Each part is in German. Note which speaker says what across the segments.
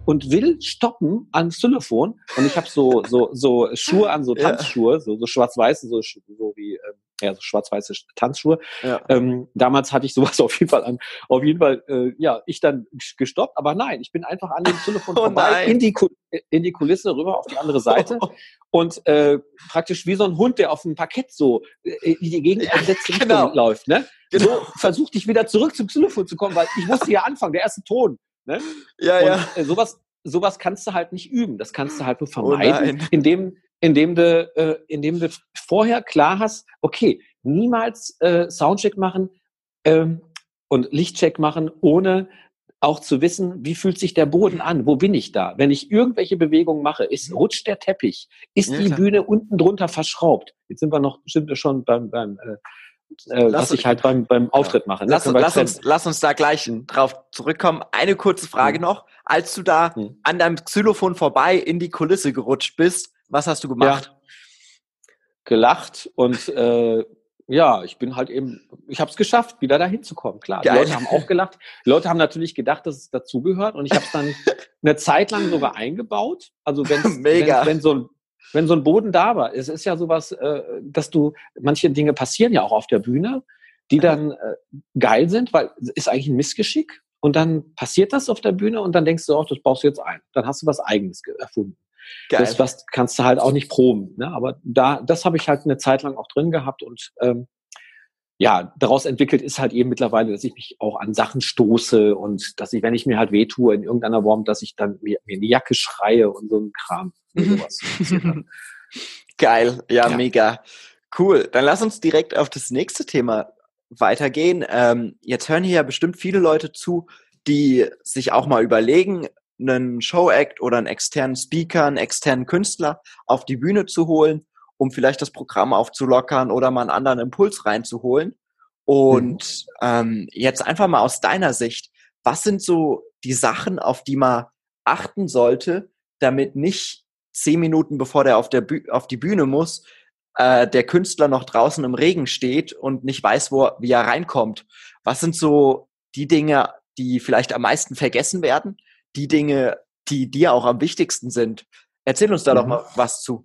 Speaker 1: und will stoppen ans Telefon und ich habe so Schuhe an, so Tanzschuhe, so schwarz-weiße, so wie so schwarz-weiße Tanzschuhe.
Speaker 2: Ja.
Speaker 1: Damals hatte ich sowas auf jeden Fall an. Auf jeden Fall, ich dann gestoppt, aber nein, ich bin einfach an dem Telefon vorbei in die Kulisse rüber auf die andere Seite und praktisch wie so ein Hund, der auf dem Parkett so in die gegengesetzte Richtung läuft, ne? Genau. So versuchte ich wieder zurück zum Telefon zu kommen, weil ich musste ja anfangen, der erste Ton, ne? Sowas kannst du halt nicht üben. Das kannst du halt nur vermeiden, indem du vorher klar hast, okay, niemals Soundcheck machen und Lichtcheck machen, ohne auch zu wissen, wie fühlt sich der Boden an? Wo bin ich da? Wenn ich irgendwelche Bewegungen mache, rutscht der Teppich? Ist die Bühne unten drunter verschraubt? Jetzt sind wir schon beim was ich halt beim Auftritt mache. Ne?
Speaker 2: Lass uns da gleich drauf zurückkommen. Eine kurze Frage noch. Als du da an deinem Xylophon vorbei in die Kulisse gerutscht bist, was hast du gemacht?
Speaker 1: Ja. Gelacht und ich bin halt eben, ich habe es geschafft, wieder dahin zu kommen. Klar,
Speaker 2: Geil.
Speaker 1: Die Leute haben auch gelacht. Die Leute haben natürlich gedacht, dass es dazugehört und ich habe es dann eine Zeit lang sogar eingebaut. Also wenn so ein Boden da war, es ist ja sowas, manche Dinge passieren ja auch auf der Bühne, die dann geil sind, weil es ist eigentlich ein Missgeschick und dann passiert das auf der Bühne und dann denkst du auch, das baust du jetzt ein. Dann hast du was Eigenes erfunden.
Speaker 2: Geil.
Speaker 1: Das kannst du halt auch nicht proben, ne? Aber das habe ich halt eine Zeit lang auch drin gehabt und daraus entwickelt ist halt eben mittlerweile, dass ich mich auch an Sachen stoße und dass ich, wenn ich mir halt wehtue in irgendeiner Form, dass ich dann mir in die Jacke schreie und so ein Kram. Sowas.
Speaker 2: Geil, ja, mega. Cool. Dann lass uns direkt auf das nächste Thema weitergehen. Jetzt hören hier ja bestimmt viele Leute zu, die sich auch mal überlegen, einen Show-Act oder einen externen Speaker, einen externen Künstler auf die Bühne zu holen, um vielleicht das Programm aufzulockern oder mal einen anderen Impuls reinzuholen. Und jetzt einfach mal aus deiner Sicht, was sind so die Sachen, auf die man achten sollte, damit nicht 10 Minuten bevor der auf die Bühne muss, der Künstler noch draußen im Regen steht und nicht weiß, wie er reinkommt? Was sind so die Dinge, die vielleicht am meisten vergessen werden? Die Dinge, die dir auch am wichtigsten sind? Erzähl uns da doch mal was zu.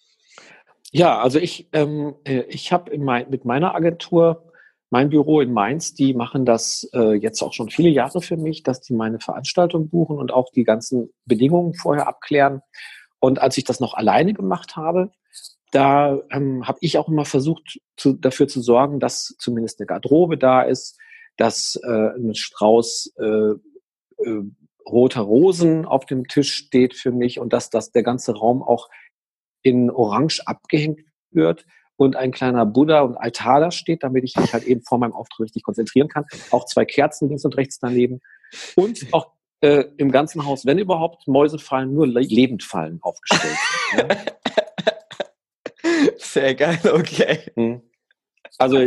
Speaker 1: Ja, also ich habe mit meiner Agentur, mein Büro in Mainz, die machen das jetzt auch schon viele Jahre für mich, dass die meine Veranstaltung buchen und auch die ganzen Bedingungen vorher abklären. Und als ich das noch alleine gemacht habe, da habe ich auch immer versucht, dafür zu sorgen, dass zumindest eine Garderobe da ist, dass ein Strauß roter Rosen auf dem Tisch steht für mich und dass der ganze Raum auch in Orange abgehängt wird und ein kleiner Buddha und Altar da steht, damit ich mich halt eben vor meinem Auftritt richtig konzentrieren kann. Auch 2 Kerzen links und rechts daneben. Und auch im ganzen Haus, wenn überhaupt, Mäusefallen, nur Lebendfallen aufgestellt sind. Ja?
Speaker 2: Sehr geil, okay.
Speaker 1: Also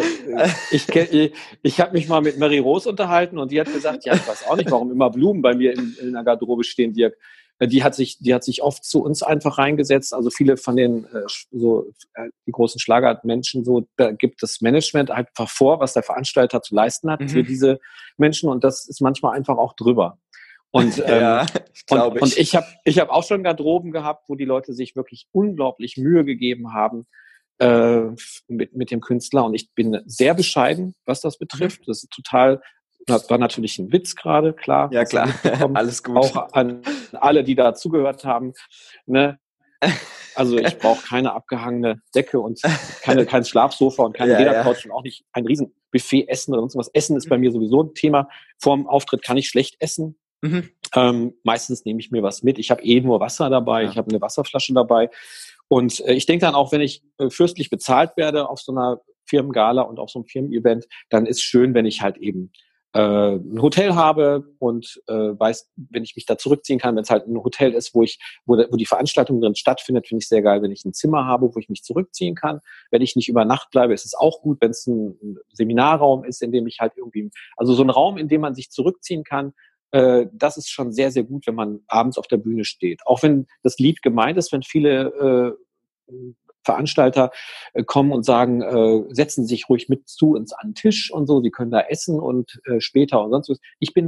Speaker 1: ich habe mich mal mit Mary Rose unterhalten und die hat gesagt, ja, ich weiß auch nicht, warum immer Blumen bei mir in der Garderobe stehen, Dirk. Die hat sich oft zu uns einfach reingesetzt. Also viele von den die großen Schlagermenschen, so, da gibt das Management einfach vor, was der Veranstalter zu leisten hat für diese Menschen und das ist manchmal einfach auch drüber. Und und ich habe auch schon Garderoben gehabt, wo die Leute sich wirklich unglaublich Mühe gegeben haben mit dem Künstler und ich bin sehr bescheiden, was das betrifft. Das ist das war natürlich ein Witz gerade, klar.
Speaker 2: Ja, klar. Alles gut.
Speaker 1: Auch an alle, die da zugehört haben. Ne? Also ich brauche keine abgehangene Decke und kein Schlafsofa und keine Ledercouch und auch nicht ein Riesenbuffet essen oder sonst was. Essen ist bei mir sowieso ein Thema. Vorm Auftritt kann ich schlecht essen. Meistens nehme ich mir was mit. Ich habe nur Wasser dabei. Ich habe eine Wasserflasche dabei. Und ich denke dann auch, wenn ich fürstlich bezahlt werde auf so einer Firmengala und auf so einem Firmen-Event, dann ist schön, wenn ich halt eben ein Hotel habe und weiß, wenn ich mich da zurückziehen kann, wenn es halt ein Hotel ist, wo die Veranstaltung drin stattfindet, finde ich sehr geil, wenn ich ein Zimmer habe, wo ich mich zurückziehen kann. Wenn ich nicht über Nacht bleibe, ist es auch gut, wenn es ein Seminarraum ist, in dem ich halt also so ein Raum, in dem man sich zurückziehen kann, das ist schon sehr, sehr gut, wenn man abends auf der Bühne steht. Auch wenn das Lied gemeint ist, wenn viele Veranstalter kommen und sagen, setzen Sie sich ruhig mit zu uns an den Tisch und so, Sie können da essen und später und sonst was. Ich bin da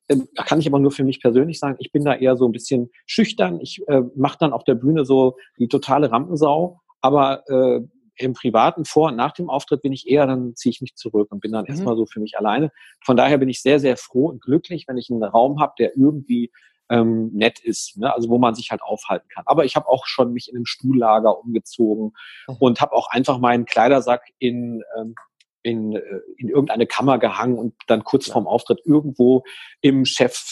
Speaker 1: kann ich aber nur für mich persönlich sagen, ich bin da eher so ein bisschen schüchtern. Ich mache dann auf der Bühne so die totale Rampensau, aber im Privaten vor und nach dem Auftritt bin ich eher, dann ziehe ich mich zurück und bin dann erstmal so für mich alleine. Von daher bin ich sehr, sehr froh und glücklich, wenn ich einen Raum habe, der irgendwie nett ist, ne? Also wo man sich halt aufhalten kann. Aber ich habe auch schon mich in einem Stuhllager umgezogen und habe auch einfach meinen Kleidersack in irgendeine Kammer gehangen und dann kurz vorm Auftritt irgendwo im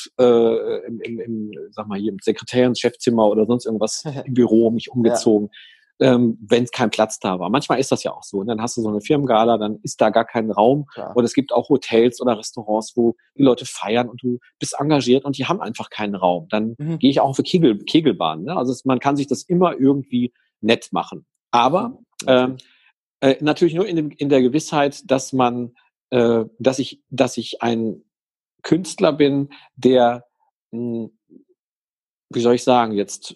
Speaker 1: sag mal hier, im Sekretärs-, Chefzimmer oder sonst irgendwas im Büro mich umgezogen, wenn es kein Platz da war. Manchmal ist das ja auch so. Und dann hast du so eine Firmengala, dann ist da gar kein Raum. Ja. Und es gibt auch Hotels oder Restaurants, wo die Leute feiern und du bist engagiert und die haben einfach keinen Raum. Dann gehe ich auch für Kegelbahnen. Ne? Also man kann sich das immer irgendwie nett machen. Aber natürlich nur in der Gewissheit, dass ich ein Künstler bin, der, wie soll ich sagen, jetzt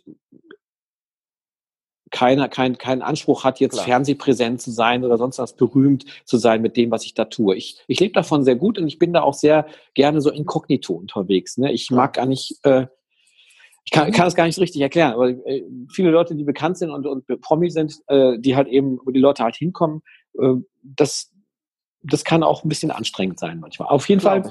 Speaker 1: keinen Anspruch hat, jetzt fernsehpräsent zu sein oder sonst was, berühmt zu sein mit dem, was ich da tue. Ich lebe davon sehr gut und ich bin da auch sehr gerne so inkognito unterwegs. Ne? Ich mag gar nicht, ich kann das gar nicht so richtig erklären, aber viele Leute, die bekannt sind und Promi sind, die halt eben, wo die Leute halt hinkommen, das kann auch ein bisschen anstrengend sein manchmal. Auf jeden Fall,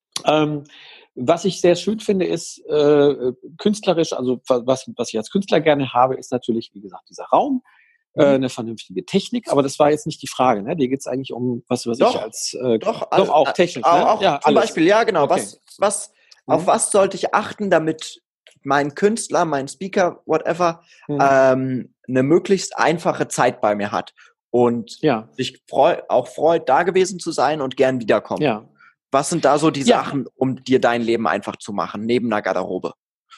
Speaker 1: was ich sehr schön finde, ist künstlerisch, also was ich als Künstler gerne habe, ist natürlich, wie gesagt, dieser Raum, eine vernünftige Technik, aber das war jetzt nicht die Frage, ne? Dir geht es eigentlich um was ich als
Speaker 2: doch
Speaker 1: auch Technik, ne?
Speaker 2: Auch ja, zum Beispiel, ja genau, okay. Auf was sollte ich achten, damit mein Künstler, mein Speaker, whatever, eine möglichst einfache Zeit bei mir hat und sich freut, da gewesen zu sein und gern wiederkommt.
Speaker 1: Ja.
Speaker 2: Was sind da so die Sachen, um dir dein Leben einfach zu machen, neben der Garderobe?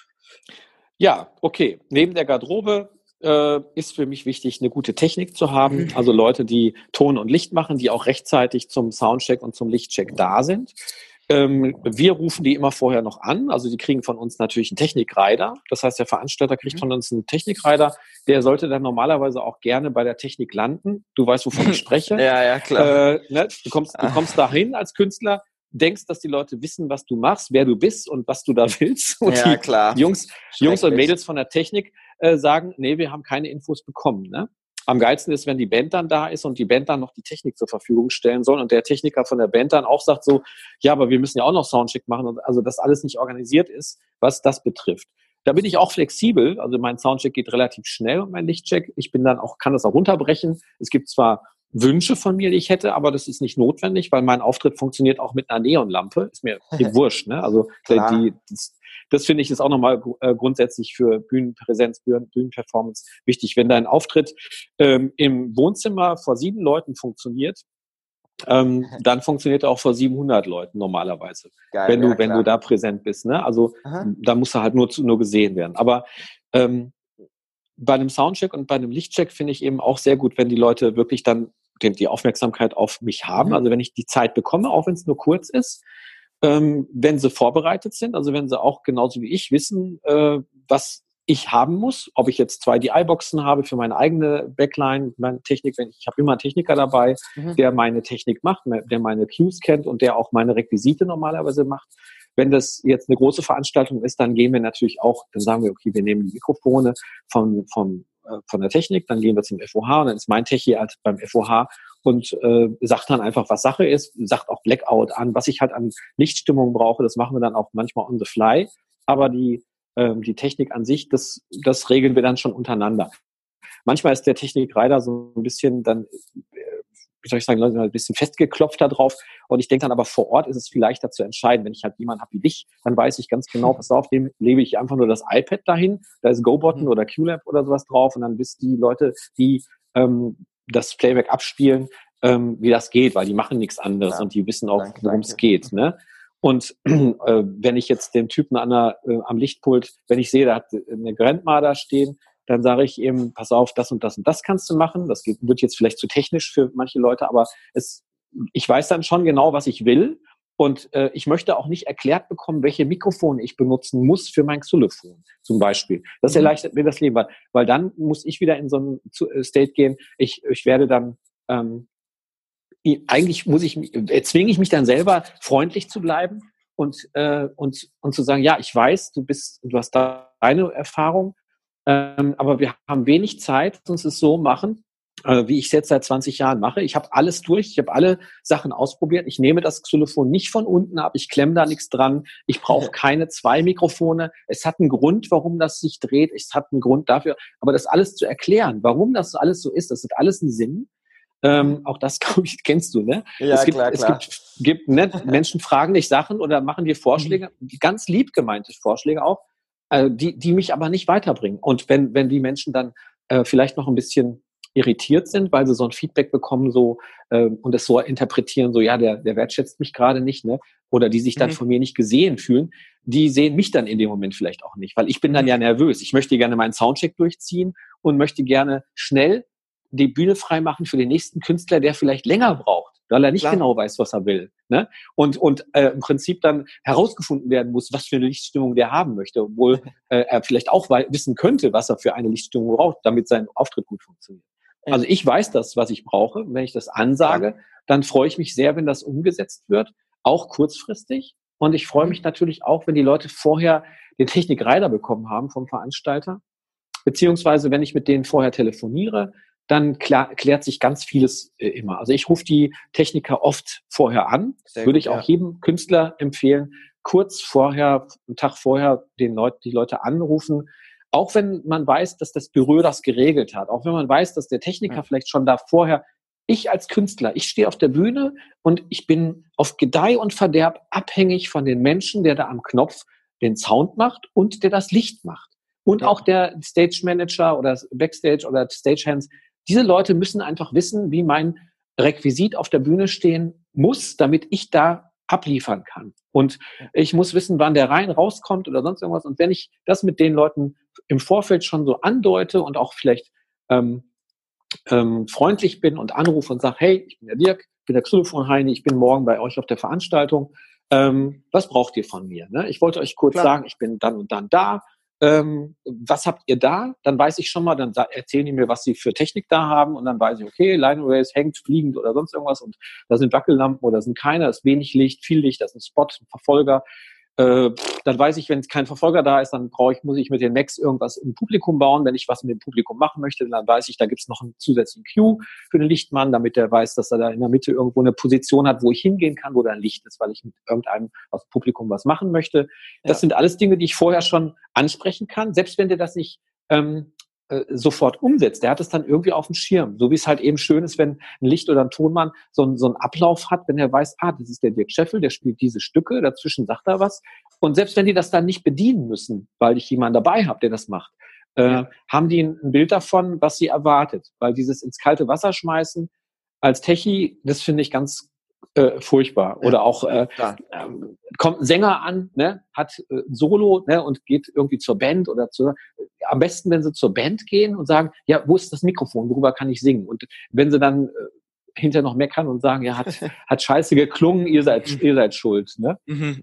Speaker 1: Ja, okay. Neben der Garderobe ist für mich wichtig, eine gute Technik zu haben. Also Leute, die Ton und Licht machen, die auch rechtzeitig zum Soundcheck und zum Lichtcheck da sind. Wir rufen die immer vorher noch an. Also die kriegen von uns natürlich einen Technikrider. Das heißt, der Veranstalter kriegt von uns einen Technikrider. Der sollte dann normalerweise auch gerne bei der Technik landen. Du weißt, wovon ich spreche.
Speaker 2: Ja, klar.
Speaker 1: Ne? Du kommst dahin als Künstler, denkst, dass die Leute wissen, was du machst, wer du bist und was du da willst. Und
Speaker 2: ja, klar.
Speaker 1: Jungs und Mädels von der Technik sagen, nee, wir haben keine Infos bekommen. Ne? Am geilsten ist, wenn die Band dann da ist und die Band dann noch die Technik zur Verfügung stellen soll und der Techniker von der Band dann auch sagt so, ja, aber wir müssen ja auch noch Soundcheck machen und also dass alles nicht organisiert ist, was das betrifft. Da bin ich auch flexibel, also mein Soundcheck geht relativ schnell und mein Lichtcheck, ich bin dann auch, kann das auch runterbrechen. Es gibt zwar Wünsche von mir, die ich hätte, aber das ist nicht notwendig, weil mein Auftritt funktioniert auch mit einer Neonlampe. Ist mir wurscht, ne? Also das finde ich ist auch nochmal grundsätzlich für Bühnenpräsenz, Bühnenperformance wichtig. Wenn dein Auftritt im Wohnzimmer vor 7 Leuten funktioniert, dann funktioniert er auch vor 700 Leuten normalerweise, geil, wenn du da präsent bist. Ne? Also da muss er halt nur gesehen werden. Aber bei einem Soundcheck und bei einem Lichtcheck finde ich eben auch sehr gut, wenn die Leute wirklich dann die Aufmerksamkeit auf mich haben. Also wenn ich die Zeit bekomme, auch wenn es nur kurz ist, wenn sie vorbereitet sind, also wenn sie auch genauso wie ich wissen, was ich haben muss, ob ich jetzt 2 DI-Boxen habe für meine eigene Backline, meine Technik, ich habe immer einen Techniker dabei, der meine Technik macht, der meine Cues kennt und der auch meine Requisite normalerweise macht. Wenn das jetzt eine große Veranstaltung ist, dann gehen wir natürlich auch, dann sagen wir, okay, wir nehmen die Mikrofone von der Technik, dann gehen wir zum FOH und dann ist mein Techie halt beim FOH und sagt dann einfach, was Sache ist, sagt auch Blackout an, was ich halt an Lichtstimmung brauche, das machen wir dann auch manchmal on the fly, aber die Technik an sich, das regeln wir dann schon untereinander. Manchmal ist der Technikrider so ein bisschen dann, wie soll ich sagen, ein bisschen festgeklopft da drauf. Und ich denke dann aber vor Ort ist es viel leichter zu entscheiden. Wenn ich halt jemanden habe wie dich, dann weiß ich ganz genau, pass auf, dem lege ich einfach nur das iPad dahin, da ist GoButton oder QLab oder sowas drauf und dann wissen die Leute, die das Playback abspielen, wie das geht, weil die machen nichts anderes und die wissen auch, worum es geht. Ne? Und wenn ich jetzt den Typen am Lichtpult, wenn ich sehe, da hat eine Grandma da stehen, dann sage ich eben, pass auf, das und das und das kannst du machen. Das wird jetzt vielleicht zu technisch für manche Leute, aber ich weiß dann schon genau, was ich will. Und ich möchte auch nicht erklärt bekommen, welche Mikrofone ich benutzen muss für mein Xylophon zum Beispiel. Das erleichtert mir das Leben, weil dann muss ich wieder in so einen State gehen. Ich werde dann eigentlich zwinge ich mich dann selber, freundlich zu bleiben und zu sagen, ja, ich weiß, du hast deine Erfahrung, aber wir haben wenig Zeit, uns es so machen, wie ich es jetzt seit 20 Jahren mache. Ich habe alles durch, ich habe alle Sachen ausprobiert. Ich nehme das Xylophon nicht von unten ab, ich klemme da nichts dran. Ich brauche keine 2 Mikrofone. Es hat einen Grund, warum das sich dreht. Es hat einen Grund dafür. Aber das alles zu erklären, warum das alles so ist, das hat alles einen Sinn. Auch das, glaube ich, kennst du, ne?
Speaker 2: Ja,
Speaker 1: Es gibt,
Speaker 2: klar, klar.
Speaker 1: Menschen fragen dich Sachen oder machen dir Vorschläge, ganz lieb gemeinte Vorschläge auch, die mich aber nicht weiterbringen. Und wenn die Menschen dann vielleicht noch ein bisschen irritiert sind, weil sie so ein Feedback bekommen, und es so interpretieren, so, ja, der wertschätzt mich gerade nicht, ne? Oder die sich dann von mir nicht gesehen fühlen, die sehen mich dann in dem Moment vielleicht auch nicht, weil ich bin dann ja nervös. Ich möchte gerne meinen Soundcheck durchziehen und möchte gerne schnell die Bühne freimachen für den nächsten Künstler, der vielleicht länger braucht, weil er nicht genau weiß, was er will. Ne? Und im Prinzip dann herausgefunden werden muss, was für eine Lichtstimmung der haben möchte, obwohl er vielleicht auch wissen könnte, was er für eine Lichtstimmung braucht, damit sein Auftritt gut funktioniert. Also ich weiß das, was ich brauche. Wenn ich das ansage, dann freue ich mich sehr, wenn das umgesetzt wird, auch kurzfristig. Und ich freue mich natürlich auch, wenn die Leute vorher den Technikrider bekommen haben vom Veranstalter, beziehungsweise wenn ich mit denen vorher telefoniere, dann klärt sich ganz vieles immer. Also ich rufe die Techniker oft vorher an, würde ich auch jedem Künstler empfehlen, kurz vorher, einen Tag vorher die Leute anrufen, auch wenn man weiß, dass das Büro das geregelt hat, auch wenn man weiß, dass der Techniker vielleicht schon da vorher, ich als Künstler, ich stehe auf der Bühne und ich bin auf Gedeih und Verderb abhängig von den Menschen, der da am Knopf den Sound macht und der das Licht macht. Und auch der Stage Manager oder Backstage oder Stagehands, diese Leute müssen einfach wissen, wie mein Requisit auf der Bühne stehen muss, damit ich da abliefern kann. Und ich muss wissen, wann der rauskommt oder sonst irgendwas. Und wenn ich das mit den Leuten im Vorfeld schon so andeute und auch vielleicht freundlich bin und anrufe und sage, hey, ich bin der Dirk, ich bin der Xylophon-Heini, ich bin morgen bei euch auf der Veranstaltung. Was braucht ihr von mir? Ne? Ich wollte euch kurz sagen, ich bin dann und dann da. Was habt ihr da? Dann weiß ich schon mal, dann erzählen die mir, was sie für Technik da haben und dann weiß ich, okay, Line Arrays hängt fliegend oder sonst irgendwas und da sind Wackellampen oder sind keine, da ist wenig Licht, viel Licht, da ist ein Spot, ein Verfolger. Dann weiß ich, wenn kein Verfolger da ist, dann muss ich mit den Macs irgendwas im Publikum bauen. Wenn ich was mit dem Publikum machen möchte, dann weiß ich, da gibt es noch einen zusätzlichen Cue für den Lichtmann, damit der weiß, dass er da in der Mitte irgendwo eine Position hat, wo ich hingehen kann, wo da ein Licht ist, weil ich mit irgendeinem aus dem Publikum was machen möchte. Das sind alles Dinge, die ich vorher schon ansprechen kann, selbst wenn der das nicht sofort umsetzt. Der hat es dann irgendwie auf dem Schirm. So wie es halt eben schön ist, wenn ein Licht- oder ein Tonmann so einen Ablauf hat, wenn er weiß, das ist der Dirk Scheffel, der spielt diese Stücke, dazwischen sagt er was. Und selbst wenn die das dann nicht bedienen müssen, weil ich jemanden dabei habe, der das macht, haben die ein Bild davon, was sie erwartet. Weil dieses ins kalte Wasser schmeißen als Techie, das finde ich ganz furchtbar. Ja, oder auch kommt ein Sänger an, ne, hat ein Solo, ne, und geht irgendwie zur Band oder am besten, wenn sie zur Band gehen und sagen, ja, wo ist das Mikrofon, worüber kann ich singen? Und wenn sie dann hinterher noch meckern und sagen, ja, hat scheiße geklungen, ihr seid schuld. Ne?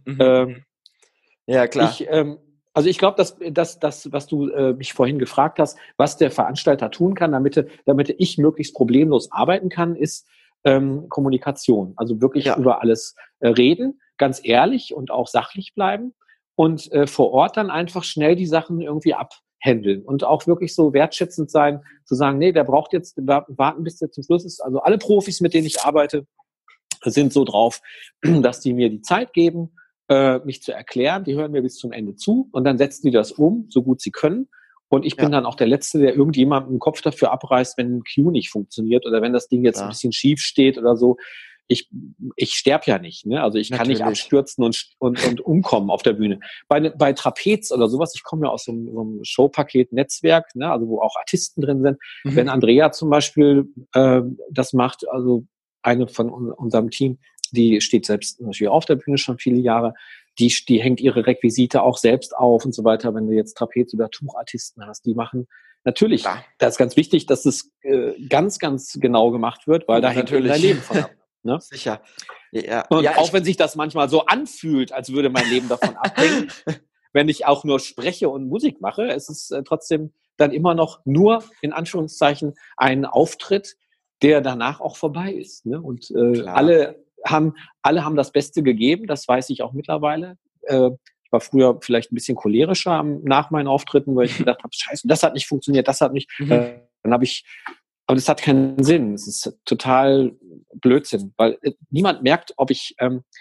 Speaker 2: Ja, klar.
Speaker 1: Also ich glaube, dass das, was du mich vorhin gefragt hast, was der Veranstalter tun kann, damit ich möglichst problemlos arbeiten kann, ist Kommunikation. Also wirklich über alles reden, ganz ehrlich und auch sachlich bleiben und vor Ort dann einfach schnell die Sachen irgendwie abhändeln und auch wirklich so wertschätzend sein, zu sagen, nee, der braucht jetzt warten, bis der zum Schluss ist. Also alle Profis, mit denen ich arbeite, sind so drauf, dass die mir die Zeit geben, mich zu erklären. Die hören mir bis zum Ende zu und dann setzen die das um, so gut sie können. Und ich bin dann auch der Letzte, der irgendjemandem den Kopf dafür abreißt, wenn ein Cue nicht funktioniert oder wenn das Ding jetzt ein bisschen schief steht oder so. Ich sterbe ja nicht, ne? Also ich kann nicht abstürzen und umkommen auf der Bühne. Bei Trapez oder sowas, ich komme ja aus so einem Showpaket-Netzwerk, ne? Also wo auch Artisten drin sind. Wenn Andrea zum Beispiel das macht, also eine von unserem Team, die steht selbst natürlich auf der Bühne schon viele Jahre, die hängt ihre Requisite auch selbst auf und so weiter. Wenn du jetzt Trapez- oder Tuchartisten hast, die machen natürlich, das ist ganz wichtig, dass es ganz, ganz genau gemacht wird, weil da hängt dein Leben von ab. Ne?
Speaker 2: Sicher.
Speaker 1: Und auch wenn sich das manchmal so anfühlt, als würde mein Leben davon abhängen, wenn ich auch nur spreche und Musik mache, es ist trotzdem dann immer noch nur, in Anführungszeichen, ein Auftritt, der danach auch vorbei ist. Ne? Und alle alle haben das Beste gegeben, das weiß ich auch mittlerweile. Ich war früher vielleicht ein bisschen cholerischer nach meinen Auftritten, weil ich gedacht habe, scheiße, das hat nicht funktioniert, das hat nicht. Dann habe ich, aber das hat keinen Sinn. Es ist total Blödsinn, weil niemand merkt, ob ich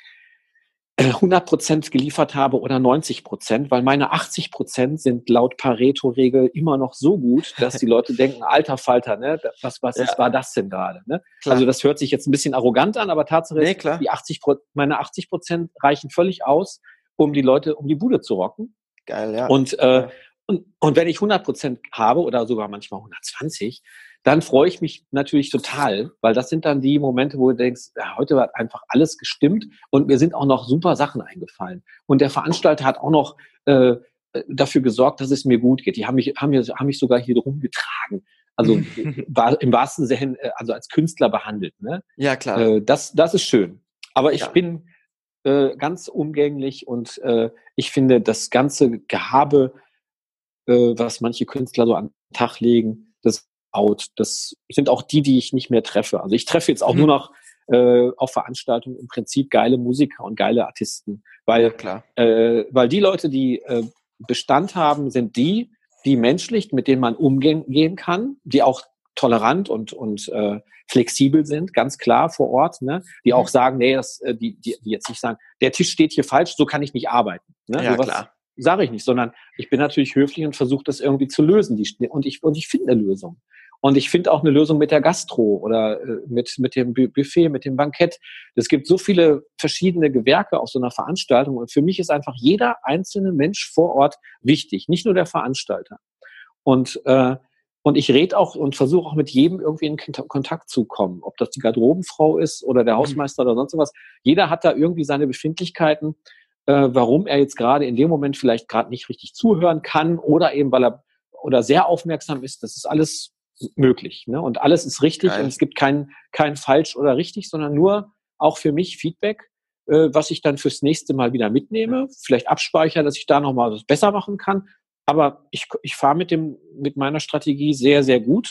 Speaker 1: 100% geliefert habe oder 90%, weil meine 80% sind laut Pareto-Regel immer noch so gut, dass die Leute denken, alter Falter, ne, was war das denn gerade? Ne? Also das hört sich jetzt ein bisschen arrogant an, aber Tatsache ist, meine 80% reichen völlig aus, um die Leute um die Bude zu rocken.
Speaker 2: Geil, ja.
Speaker 1: Und wenn ich 100% habe oder sogar manchmal 120, dann freue ich mich natürlich total, weil das sind dann die Momente, wo du denkst, ja, heute hat einfach alles gestimmt und mir sind auch noch super Sachen eingefallen. Und der Veranstalter hat auch noch dafür gesorgt, dass es mir gut geht. Die haben mich sogar hier rumgetragen. Also im wahrsten Sinne, also als Künstler behandelt. Ne?
Speaker 2: Ja, klar.
Speaker 1: Das ist schön. Aber ich bin ganz umgänglich und ich finde, das ganze Gehabe, was manche Künstler so an den Tag legen, das out. Das sind auch die ich nicht mehr treffe. Also ich treffe jetzt auch nur noch auf Veranstaltungen im Prinzip geile Musiker und geile Artisten. Weil die Leute, die Bestand haben, sind die menschlich, mit denen man umgehen kann, die auch tolerant und flexibel sind, ganz klar vor Ort, ne? Die auch sagen, nee, die jetzt nicht sagen, der Tisch steht hier falsch, so kann ich nicht arbeiten. Ne?
Speaker 2: Ja,
Speaker 1: so
Speaker 2: klar.
Speaker 1: Sage ich nicht, sondern ich bin natürlich höflich und versuche das irgendwie zu lösen. Und ich finde eine Lösung. Und ich finde auch eine Lösung mit der Gastro oder mit dem Buffet, mit dem Bankett. Es gibt so viele verschiedene Gewerke auf so einer Veranstaltung. Und für mich ist einfach jeder einzelne Mensch vor Ort wichtig, nicht nur der Veranstalter. Und ich rede auch und versuche auch mit jedem irgendwie in Kontakt zu kommen. Ob das die Garderobenfrau ist oder der Hausmeister oder sonst was. Jeder hat da irgendwie seine Befindlichkeiten, warum er jetzt gerade in dem Moment vielleicht gerade nicht richtig zuhören kann oder eben, weil er oder sehr aufmerksam ist. Das ist alles möglich. Ne? Und alles ist richtig. Geil. Und es gibt kein falsch oder richtig, sondern nur auch für mich Feedback, was ich dann fürs nächste Mal wieder mitnehme, vielleicht abspeichere, dass ich da nochmal was besser machen kann. Aber ich fahre mit meiner Strategie sehr, sehr gut.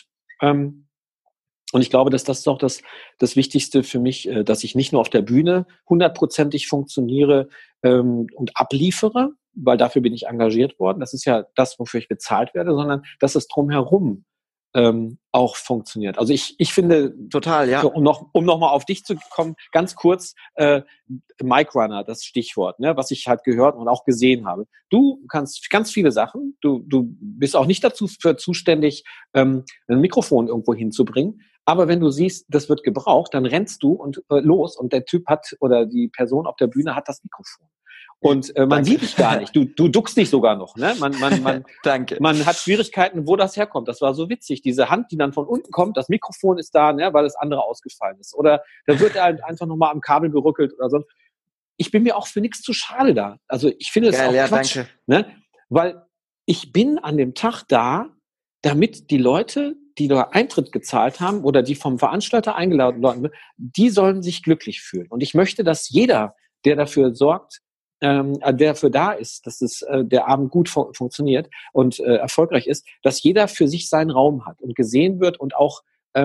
Speaker 1: Und ich glaube, dass das ist auch das Wichtigste für mich, dass ich nicht nur auf der Bühne 100%ig funktioniere und abliefere, weil dafür bin ich engagiert worden. Das ist ja das, wofür ich bezahlt werde, sondern dass es drumherum auch funktioniert. Also ich finde,
Speaker 2: total, ja.
Speaker 1: Um noch mal auf dich zu kommen, ganz kurz, Mic Runner, das Stichwort, ne, was ich halt gehört und auch gesehen habe. Du kannst ganz viele Sachen. Du bist auch nicht dazu zuständig, ein Mikrofon irgendwo hinzubringen. Aber wenn du siehst, das wird gebraucht, dann rennst du und los und der Typ hat oder die Person auf der Bühne hat das Mikrofon. Und man sieht dich gar nicht. Du duckst dich sogar noch. Ne?
Speaker 2: Danke.
Speaker 1: Man hat Schwierigkeiten, wo das herkommt. Das war so witzig. Diese Hand, die dann von unten kommt, das Mikrofon ist da, ne, weil das andere ausgefallen ist. Oder da wird halt einfach nochmal am Kabel gerückelt oder sonst. Ich bin mir auch für nichts zu schade da. Also ich finde es auch Quatsch.
Speaker 2: Danke.
Speaker 1: Ne? Weil ich bin an dem Tag da, damit die Leute, die da Eintritt gezahlt haben oder die vom Veranstalter eingeladen wurden, die sollen sich glücklich fühlen. Und ich möchte, dass jeder, der dafür sorgt, der dafür da ist, dass der Abend gut funktioniert und erfolgreich ist, dass jeder für sich seinen Raum hat und gesehen wird und auch,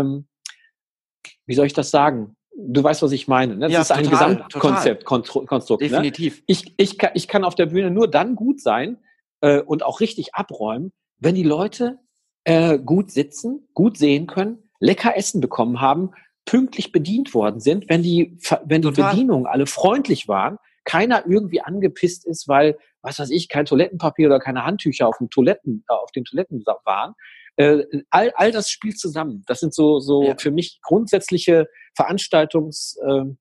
Speaker 1: wie soll ich das sagen? Du weißt, was ich meine. Ne? Das ist ein Gesamtkonzept, Konstrukt.
Speaker 2: Definitiv.
Speaker 1: Ne? Ich kann auf der Bühne nur dann gut sein und auch richtig abräumen, wenn die Leute gut sitzen, gut sehen können, lecker Essen bekommen haben, pünktlich bedient worden sind, wenn die Bedienungen alle freundlich waren, keiner irgendwie angepisst ist, weil, was weiß ich, kein Toilettenpapier oder keine Handtücher auf den Toiletten waren. All das spielt zusammen. Das sind so für mich grundsätzliche Veranstaltungssachen,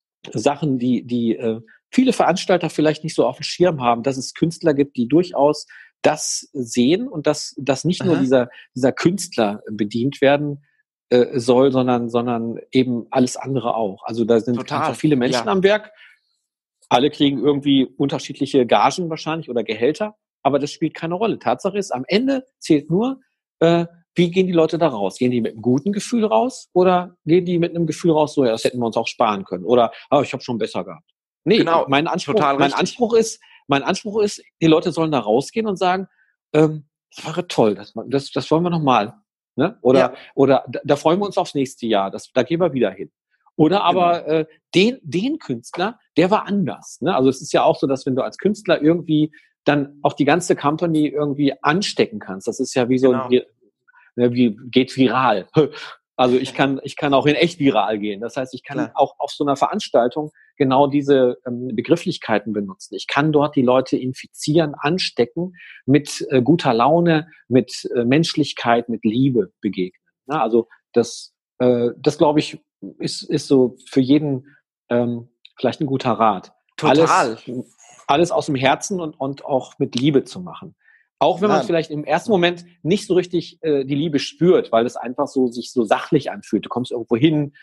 Speaker 1: die viele Veranstalter vielleicht nicht so auf dem Schirm haben, dass es Künstler gibt, die durchaus das sehen und dass nicht nur dieser Künstler bedient werden soll, sondern eben alles andere auch. Also da sind einfach viele Menschen am Werk. Alle kriegen irgendwie unterschiedliche Gagen wahrscheinlich oder Gehälter, aber das spielt keine Rolle. Tatsache ist, am Ende zählt nur, wie gehen die Leute da raus? Gehen die mit einem guten Gefühl raus oder gehen die mit einem Gefühl raus, so, ja, das hätten wir uns auch sparen können oder ich habe schon besser gehabt. Nee, genau, mein Anspruch ist, die Leute sollen da rausgehen und sagen, das wäre toll, das wollen wir nochmal. Ne? Oder da freuen wir uns aufs nächste Jahr, da gehen wir wieder hin. Oder aber den Künstler, der war anders. Ne? Also es ist ja auch so, dass wenn du als Künstler irgendwie dann auch die ganze Company irgendwie anstecken kannst, das ist ja wie so
Speaker 2: Genau.
Speaker 1: wie geht viral. Also ich kann auch in echt viral gehen. Das heißt, ich kann
Speaker 2: Klar.
Speaker 1: auch auf so einer Veranstaltung genau diese Begrifflichkeiten benutzen. Ich kann dort die Leute infizieren, anstecken, mit guter Laune, mit Menschlichkeit, mit Liebe begegnen. Ja, also das glaube ich, ist so für jeden vielleicht ein guter Rat.
Speaker 2: Total.
Speaker 1: Alles aus dem Herzen und auch mit Liebe zu machen. Auch wenn man
Speaker 2: Ja.
Speaker 1: vielleicht im ersten Moment nicht so richtig die Liebe spürt, weil es einfach so sich so sachlich anfühlt. Du kommst irgendwo hin,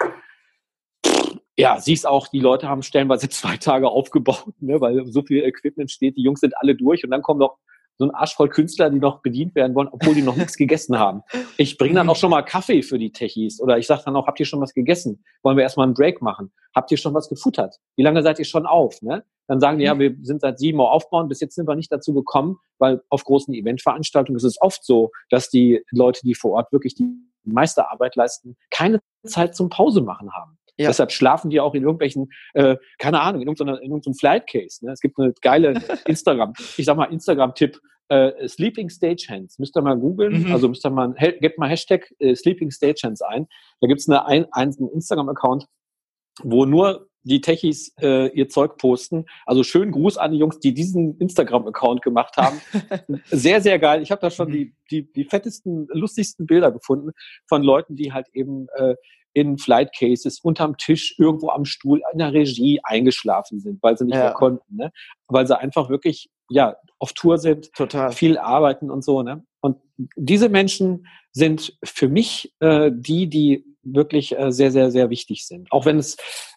Speaker 1: ja, siehst auch, die Leute haben stellenweise 2 Tage aufgebaut, ne, weil so viel Equipment steht, die Jungs sind alle durch und dann kommen noch so ein Arsch voll Künstler, die noch bedient werden wollen, obwohl die noch nichts gegessen haben. Ich bringe dann auch schon mal Kaffee für die Techies oder ich sage dann auch, habt ihr schon was gegessen? Wollen wir erstmal einen Break machen? Habt ihr schon was gefuttert? Wie lange seid ihr schon auf? Ne? Dann sagen die, ja, wir sind seit 7 Uhr aufbauen, bis jetzt sind wir nicht dazu gekommen, weil auf großen Eventveranstaltungen ist es oft so, dass die Leute, die vor Ort wirklich die meiste Arbeit leisten, keine Zeit zum Pause machen haben. Ja. Deshalb schlafen die auch in irgendwelchen, keine Ahnung, in irgendeinem Flight-Case. Ne? Es gibt eine geile Instagram-Tipp, Sleeping Stagehands. Müsst ihr mal googeln, also müsst ihr mal, gebt mal Hashtag Sleeping Stagehands ein. Da gibt's einen Instagram-Account, wo nur die Techies ihr Zeug posten. Also schönen Gruß an die Jungs, die diesen Instagram-Account gemacht haben. Sehr, sehr geil. Ich habe da schon die fettesten, lustigsten Bilder gefunden von Leuten, die halt eben in Flight Cases, unterm Tisch, irgendwo am Stuhl, in der Regie eingeschlafen sind, weil sie nicht mehr konnten. Ne? Weil sie einfach wirklich auf Tour sind, viel arbeiten und so. Ne? Und diese Menschen sind für mich die wirklich sehr, sehr, sehr wichtig sind. Auch wenn es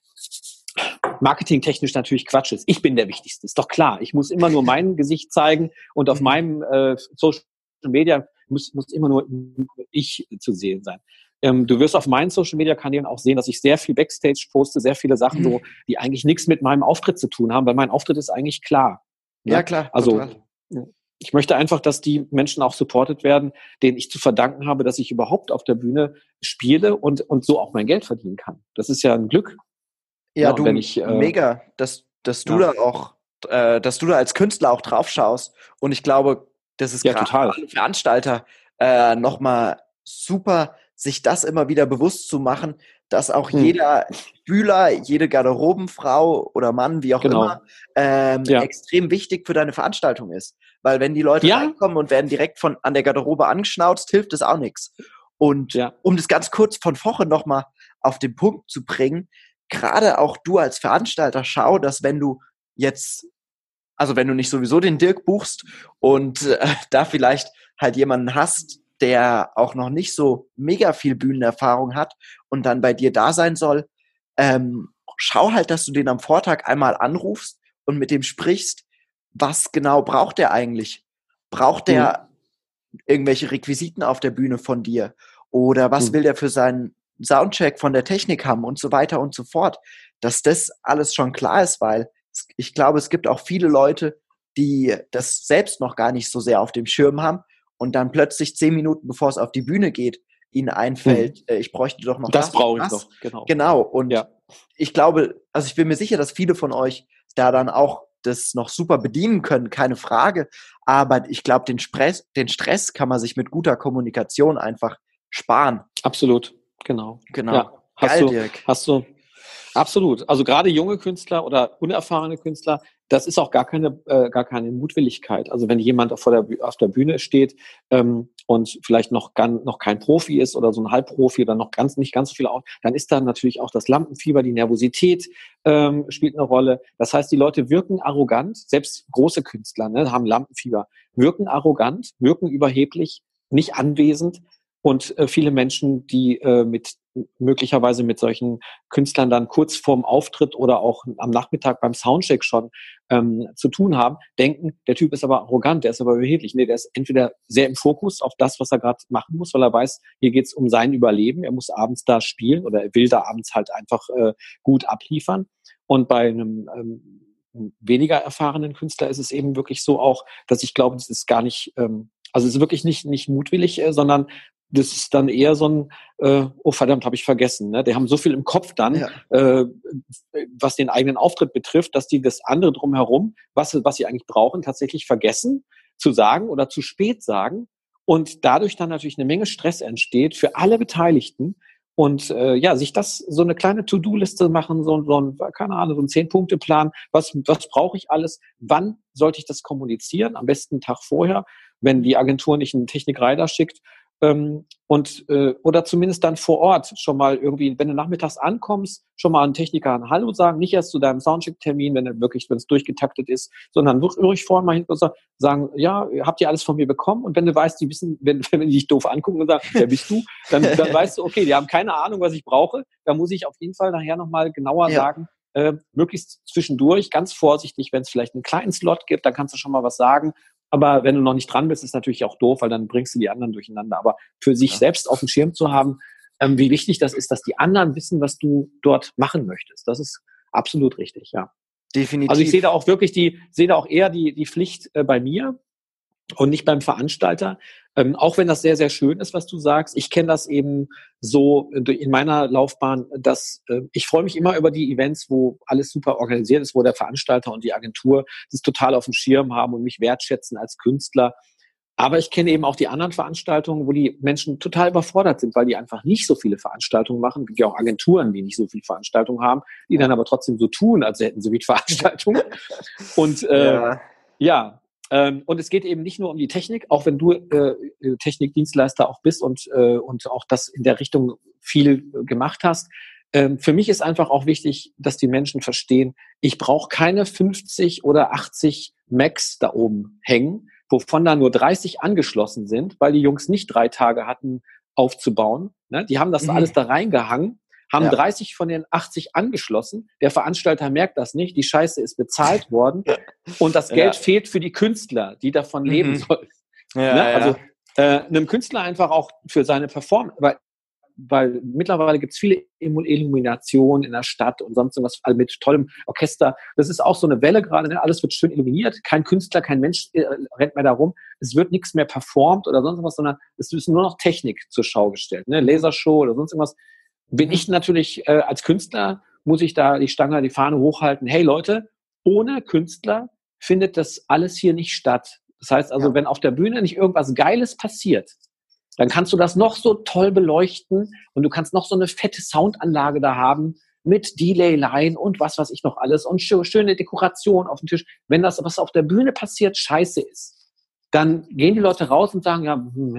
Speaker 1: marketingtechnisch natürlich Quatsch ist. Ich bin der Wichtigste, ist doch klar. Ich muss immer nur mein Gesicht zeigen und auf meinem Social Media muss immer nur ich zu sehen sein. Du wirst auf meinen Social-Media-Kanälen auch sehen, dass ich sehr viel Backstage poste, sehr viele Sachen, so, die eigentlich nichts mit meinem Auftritt zu tun haben, weil mein Auftritt ist eigentlich klar. Ne?
Speaker 2: Ja, klar.
Speaker 1: Also ich möchte einfach, dass die Menschen auch supported werden, denen ich zu verdanken habe, dass ich überhaupt auf der Bühne spiele und so auch mein Geld verdienen kann. Das ist ja ein Glück.
Speaker 2: Ja, du, mega, dass du da auch, dass du da als Künstler auch drauf schaust. Und ich glaube, das ist gerade für alle Veranstalter nochmal super, sich das immer wieder bewusst zu machen, dass auch jeder Bühler, jede Garderobenfrau oder Mann, wie auch immer, extrem wichtig für deine Veranstaltung ist. Weil wenn die Leute reinkommen und werden direkt an der Garderobe angeschnauzt, hilft das auch nichts. Und um das ganz kurz von vorhin nochmal auf den Punkt zu bringen, gerade auch du als Veranstalter, schau, dass wenn du jetzt, also wenn du nicht sowieso den Dirk buchst und da vielleicht halt jemanden hast, der auch noch nicht so mega viel Bühnenerfahrung hat und dann bei dir da sein soll, schau halt, dass du den am Vortag einmal anrufst und mit dem sprichst, was genau braucht der eigentlich? Braucht der irgendwelche Requisiten auf der Bühne von dir? Oder was will der für seinen Soundcheck von der Technik haben und so weiter und so fort? Dass das alles schon klar ist, weil ich glaube, es gibt auch viele Leute, die das selbst noch gar nicht so sehr auf dem Schirm haben und dann plötzlich 10 Minuten, bevor es auf die Bühne geht, ihnen einfällt, ich bräuchte doch noch
Speaker 1: das brauche ich noch,
Speaker 2: genau. Und ich glaube, also ich bin mir sicher, dass viele von euch da dann auch das noch super bedienen können, keine Frage. Aber ich glaube, den Stress kann man sich mit guter Kommunikation einfach sparen.
Speaker 1: Absolut, genau.
Speaker 2: Ja, geil, Dirk.
Speaker 1: Hast du absolut. Also gerade junge Künstler oder unerfahrene Künstler, das ist auch gar keine Mutwilligkeit. Also wenn jemand auf der Bühne steht und vielleicht noch kein Profi ist oder so ein Halbprofi oder noch nicht ganz so viel auf, dann ist da natürlich auch das Lampenfieber, die Nervosität spielt eine Rolle. Das heißt, die Leute wirken arrogant, selbst große Künstler haben Lampenfieber, wirken arrogant, wirken überheblich, nicht anwesend. Und viele Menschen, die möglicherweise mit solchen Künstlern dann kurz vorm Auftritt oder auch am Nachmittag beim Soundcheck schon zu tun haben, denken, der Typ ist aber arrogant, der ist aber überheblich. Nee, der ist entweder sehr im Fokus auf das, was er gerade machen muss, weil er weiß, hier geht's um sein Überleben. Er muss abends da spielen oder er will da abends halt einfach gut abliefern. Und bei einem weniger erfahrenen Künstler ist es eben wirklich so auch, dass ich glaube, das ist gar nicht, also es ist wirklich nicht mutwillig, sondern das ist dann eher so ein, oh verdammt, habe ich vergessen. Ne? Die haben so viel im Kopf dann, was den eigenen Auftritt betrifft, dass die das andere drumherum, was sie eigentlich brauchen, tatsächlich vergessen zu sagen oder zu spät sagen. Und dadurch dann natürlich eine Menge Stress entsteht für alle Beteiligten. Und sich das so eine kleine To-Do-Liste machen, so ein keine Ahnung, so ein 10-Punkte-Plan, was brauche ich alles, wann sollte ich das kommunizieren, am besten einen Tag vorher, wenn die Agentur nicht einen Technikreiter schickt, oder zumindest dann vor Ort schon mal irgendwie, wenn du nachmittags ankommst, schon mal einen Techniker ein Hallo sagen, nicht erst zu deinem Soundcheck-Termin, wenn es durchgetaktet ist, sondern ruhig vorher mal hin und sagen, ja, habt ihr alles von mir bekommen? Und wenn du weißt, die wissen, wenn die dich doof angucken und sagen, wer bist du? Dann weißt du, okay, die haben keine Ahnung, was ich brauche. Da muss ich auf jeden Fall nachher nochmal genauer sagen, möglichst zwischendurch, ganz vorsichtig, wenn es vielleicht einen kleinen Slot gibt, dann kannst du schon mal was sagen. Aber wenn du noch nicht dran bist, ist natürlich auch doof, weil dann bringst du die anderen durcheinander. Aber für sich selbst auf dem Schirm zu haben, wie wichtig das ist, dass die anderen wissen, was du dort machen möchtest. Das ist absolut richtig, ja.
Speaker 2: Definitiv.
Speaker 1: Also ich sehe da auch wirklich eher die Pflicht bei mir und nicht beim Veranstalter. Auch wenn das sehr, sehr schön ist, was du sagst. Ich kenne das eben so in meiner Laufbahn, dass ich freue mich immer über die Events, wo alles super organisiert ist, wo der Veranstalter und die Agentur das total auf dem Schirm haben und mich wertschätzen als Künstler. Aber ich kenne eben auch die anderen Veranstaltungen, wo die Menschen total überfordert sind, weil die einfach nicht so viele Veranstaltungen machen. Es gibt ja auch Agenturen, die nicht so viele Veranstaltungen haben, die dann aber trotzdem so tun, als hätten sie mit Veranstaltungen. Und und es geht eben nicht nur um die Technik, auch wenn du Technikdienstleister auch bist und auch das in der Richtung viel gemacht hast. Für mich ist einfach auch wichtig, dass die Menschen verstehen, ich brauche keine 50 oder 80 Macs da oben hängen, wovon da nur 30 angeschlossen sind, weil die Jungs nicht 3 Tage hatten aufzubauen. Ne? Die haben das alles da reingehangen, haben 30 von den 80 angeschlossen. Der Veranstalter merkt das nicht. Die Scheiße ist bezahlt worden. Und das Geld fehlt für die Künstler, die davon leben sollen. Also einem Künstler einfach auch für seine Performance, weil mittlerweile gibt es viele Illuminationen in der Stadt und sonst irgendwas, also mit tollem Orchester. Das ist auch so eine Welle gerade, ne? Alles wird schön illuminiert. Kein Künstler, kein Mensch rennt mehr da rum. Es wird nichts mehr performt oder sonst was, sondern es ist nur noch Technik zur Schau gestellt. Ne? Lasershow oder sonst irgendwas. Bin ich natürlich als Künstler, muss ich da die Stange, die Fahne hochhalten. Hey Leute, ohne Künstler findet das alles hier nicht statt. Das heißt also, wenn auf der Bühne nicht irgendwas Geiles passiert, dann kannst du das noch so toll beleuchten und du kannst noch so eine fette Soundanlage da haben mit Delay-Line und was weiß ich noch alles und schöne Dekoration auf dem Tisch. Wenn das, was auf der Bühne passiert, scheiße ist, dann gehen die Leute raus und sagen,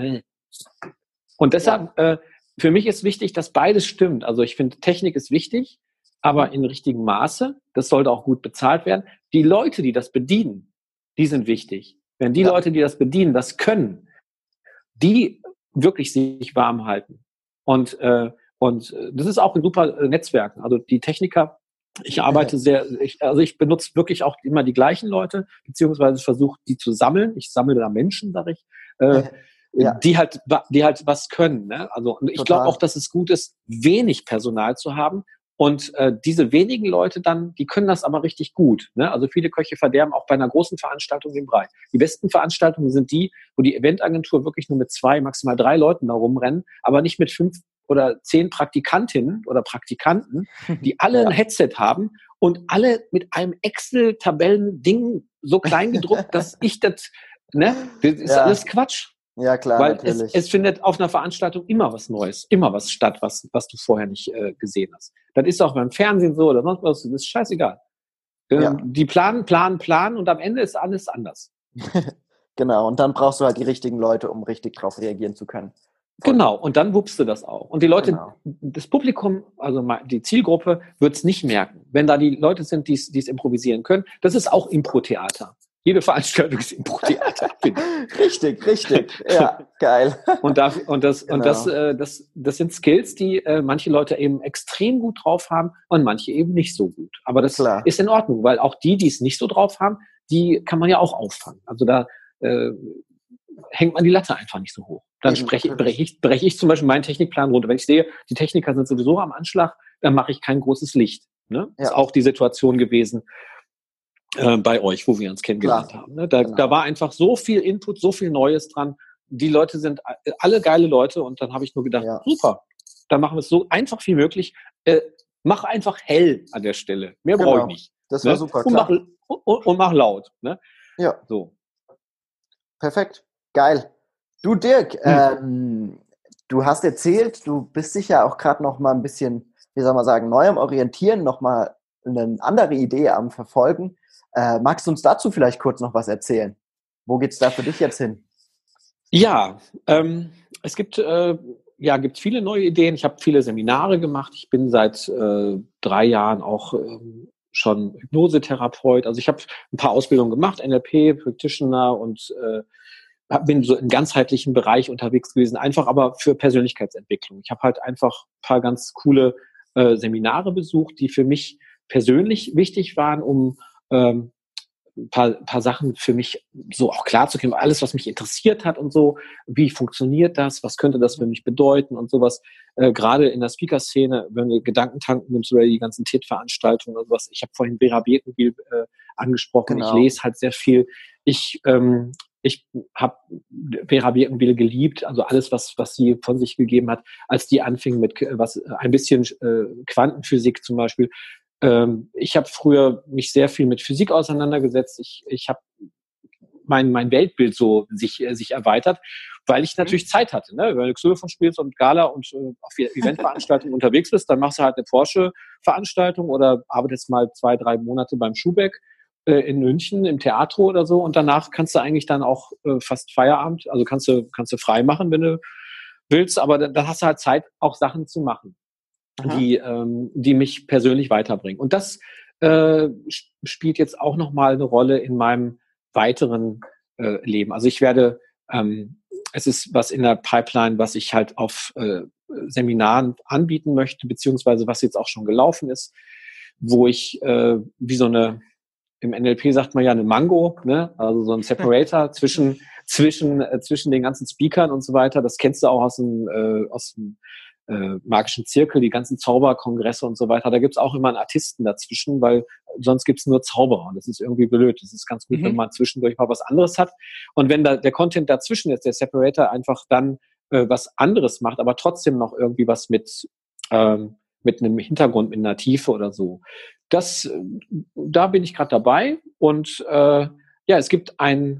Speaker 1: Und deshalb, für mich ist wichtig, dass beides stimmt. Also ich finde, Technik ist wichtig, aber in richtigem Maße. Das sollte auch gut bezahlt werden. Die Leute, die das bedienen, die sind wichtig. Wenn die Leute, die das bedienen, das können, die wirklich sich warm halten. Und das ist auch ein super Netzwerk. Also die Techniker, ich arbeite ich benutze wirklich auch immer die gleichen Leute, beziehungsweise versuche die zu sammeln. Ich sammle da Menschen, sage ich, die halt was können. Ne? Also und ich glaube auch, dass es gut ist, wenig Personal zu haben. Und diese wenigen Leute dann, die können das aber richtig gut. Ne? Also viele Köche verderben auch bei einer großen Veranstaltung den Brei. Die besten Veranstaltungen sind die, wo die Eventagentur wirklich nur mit 2, maximal 3 Leuten da rumrennen, aber nicht mit 5 oder 10 Praktikantinnen oder Praktikanten, die alle ein Headset haben und alle mit einem Excel-Tabellen-Ding so klein gedruckt, dass ich das ist alles Quatsch.
Speaker 2: Ja, klar,
Speaker 1: weil
Speaker 2: natürlich.
Speaker 1: Es findet auf einer Veranstaltung immer was Neues, immer was statt, was du vorher nicht gesehen hast. Das ist auch beim Fernsehen so oder sonst was, das ist scheißegal. Die planen und am Ende ist alles anders.
Speaker 2: Genau, und dann brauchst du halt die richtigen Leute, um richtig drauf reagieren zu können.
Speaker 1: Genau, und dann wuppst du das auch. Und die Leute, das Publikum, also die Zielgruppe, wird es nicht merken. Wenn da die Leute sind, die es improvisieren können, das ist auch Impro-Theater. Jede Veranstaltung ist Impro-Theater.
Speaker 2: Richtig. Ja, geil.
Speaker 1: Das sind Skills, die manche Leute eben extrem gut drauf haben und manche eben nicht so gut. Aber das ist in Ordnung, weil auch die es nicht so drauf haben, die kann man ja auch auffangen. Also da hängt man die Latte einfach nicht so hoch. Dann breche ich zum Beispiel meinen Technikplan runter. Wenn ich sehe, die Techniker sind sowieso am Anschlag, dann mache ich kein großes Licht. Ne? Ja. Ist auch die Situation gewesen bei euch, wo wir uns kennengelernt haben. Ne? Da war einfach so viel Input, so viel Neues dran. die Leute sind alle geile Leute und dann habe ich nur gedacht, super, dann machen wir es so einfach wie möglich. Mach einfach hell an der Stelle. Mehr brauche ich nicht.
Speaker 2: Das war super, klar.
Speaker 1: Und mach laut. Ne?
Speaker 2: Ja.
Speaker 1: So.
Speaker 2: Perfekt. Geil. Du, Dirk, du hast erzählt, du bist dich ja auch gerade noch mal ein bisschen, wie soll man sagen, neu am Orientieren, noch mal eine andere Idee am Verfolgen. Magst du uns dazu vielleicht kurz noch was erzählen? Wo geht's da für dich jetzt hin?
Speaker 1: Ja, es gibt viele neue Ideen. Ich habe viele Seminare gemacht. Ich bin seit 3 Jahren auch schon Hypnosetherapeut. Also ich habe ein paar Ausbildungen gemacht, NLP, Practitioner und bin so im ganzheitlichen Bereich unterwegs gewesen, einfach aber für Persönlichkeitsentwicklung. Ich habe halt einfach ein paar ganz coole Seminare besucht, die für mich persönlich wichtig waren, um ein paar Sachen für mich so auch klar zu kriegen, alles, was mich interessiert hat und so, wie funktioniert das, was könnte das für mich bedeuten und sowas. Gerade in der Speaker-Szene, wenn du Gedankentanken nimmst oder die ganzen TED-Veranstaltungen oder sowas. Ich habe vorhin Vera Birkenbiel angesprochen.
Speaker 2: Genau.
Speaker 1: Ich lese halt sehr viel. Ich habe Vera Birkenbiel geliebt, also alles, was sie von sich gegeben hat, als die anfing mit ein bisschen Quantenphysik zum Beispiel. Ich habe früher mich sehr viel mit Physik auseinandergesetzt. Ich habe mein Weltbild so sich erweitert, weil ich natürlich Zeit hatte. Ne? Wenn du Xylophon spielst und Gala und auf Eventveranstaltungen unterwegs bist, dann machst du halt eine Porsche-Veranstaltung oder arbeitest mal 2, 3 Monate beim Schuhbeck in München im Theater oder so und danach kannst du eigentlich dann auch fast Feierabend, also kannst du frei machen, wenn du willst, aber dann hast du halt Zeit, auch Sachen zu machen, die mich persönlich weiterbringen. Und das spielt jetzt auch nochmal eine Rolle in meinem weiteren Leben. Also ich werde, es ist was in der Pipeline, was ich halt auf Seminaren anbieten möchte, beziehungsweise was jetzt auch schon gelaufen ist, wo ich wie so eine, im NLP sagt man ja eine Mango, ne? Also so ein Separator zwischen den ganzen Speakern und so weiter. Das kennst du auch aus dem magischen Zirkel, die ganzen Zauberkongresse und so weiter. Da gibt's auch immer einen Artisten dazwischen, weil sonst gibt's nur Zauberer und das ist irgendwie blöd. Das ist ganz gut, wenn man zwischendurch mal was anderes hat. Und wenn da der Content dazwischen ist, der Separator einfach dann was anderes macht, aber trotzdem noch irgendwie was mit einem Hintergrund, mit einer Tiefe oder so. Da bin ich gerade dabei und es gibt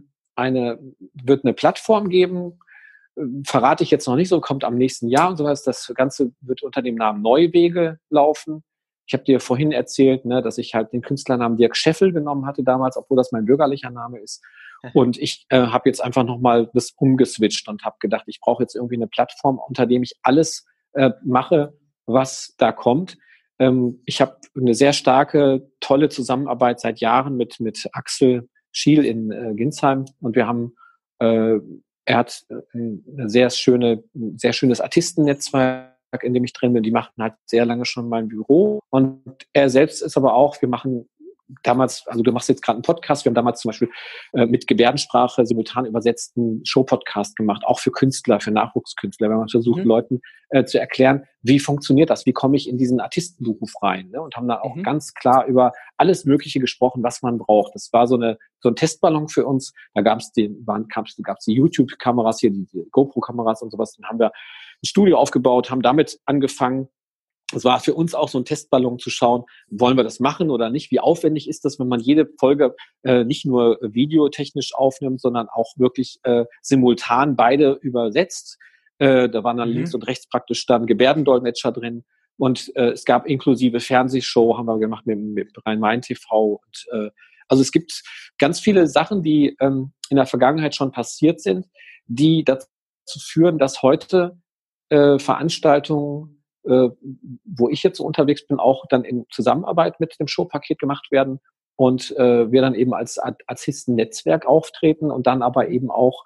Speaker 1: wird eine Plattform geben, verrate ich jetzt noch nicht so, kommt am nächsten Jahr und sowas. Das Ganze wird unter dem Namen Neuwege laufen. Ich habe dir vorhin erzählt, ne, dass ich halt den Künstlernamen Dirk Scheffel genommen hatte damals, obwohl das mein bürgerlicher Name ist. Und ich habe jetzt einfach nochmal das umgeswitcht und habe gedacht, ich brauche jetzt irgendwie eine Plattform, unter dem ich alles mache, was da kommt. Ich habe eine sehr starke, tolle Zusammenarbeit seit Jahren mit Axel Schiel in Ginsheim und wir haben er hat ein sehr schönes Artistennetzwerk, in dem ich drin bin. Die machen halt sehr lange schon mein Büro. Und er selbst ist aber auch, wir machen damals, also du machst jetzt gerade einen Podcast, wir haben damals zum Beispiel mit Gebärdensprache simultan übersetzten Show-Podcast gemacht, auch für Künstler, für Nachwuchskünstler, wenn man versucht, Leuten zu erklären, wie funktioniert das, wie komme ich in diesen Artistenberuf rein, ne? Und haben da auch ganz klar über alles Mögliche gesprochen, was man braucht. Das war so ein Testballon für uns. Da gab's die YouTube-Kameras hier, die GoPro-Kameras und sowas. Dann haben wir ein Studio aufgebaut, haben damit angefangen. Es war für uns auch so ein Testballon zu schauen, wollen wir das machen oder nicht? Wie aufwendig ist das, wenn man jede Folge nicht nur videotechnisch aufnimmt, sondern auch wirklich simultan beide übersetzt? Da waren dann links und rechts praktisch dann Gebärdendolmetscher drin. Und es gab inklusive Fernsehshow, haben wir gemacht mit Rhein-Main TV. Und, also es gibt ganz viele Sachen, die in der Vergangenheit schon passiert sind, die dazu führen, dass heute Veranstaltungen, wo ich jetzt so unterwegs bin, auch dann in Zusammenarbeit mit dem Showpaket gemacht werden und wir dann eben als Artistennetzwerk auftreten und dann aber eben auch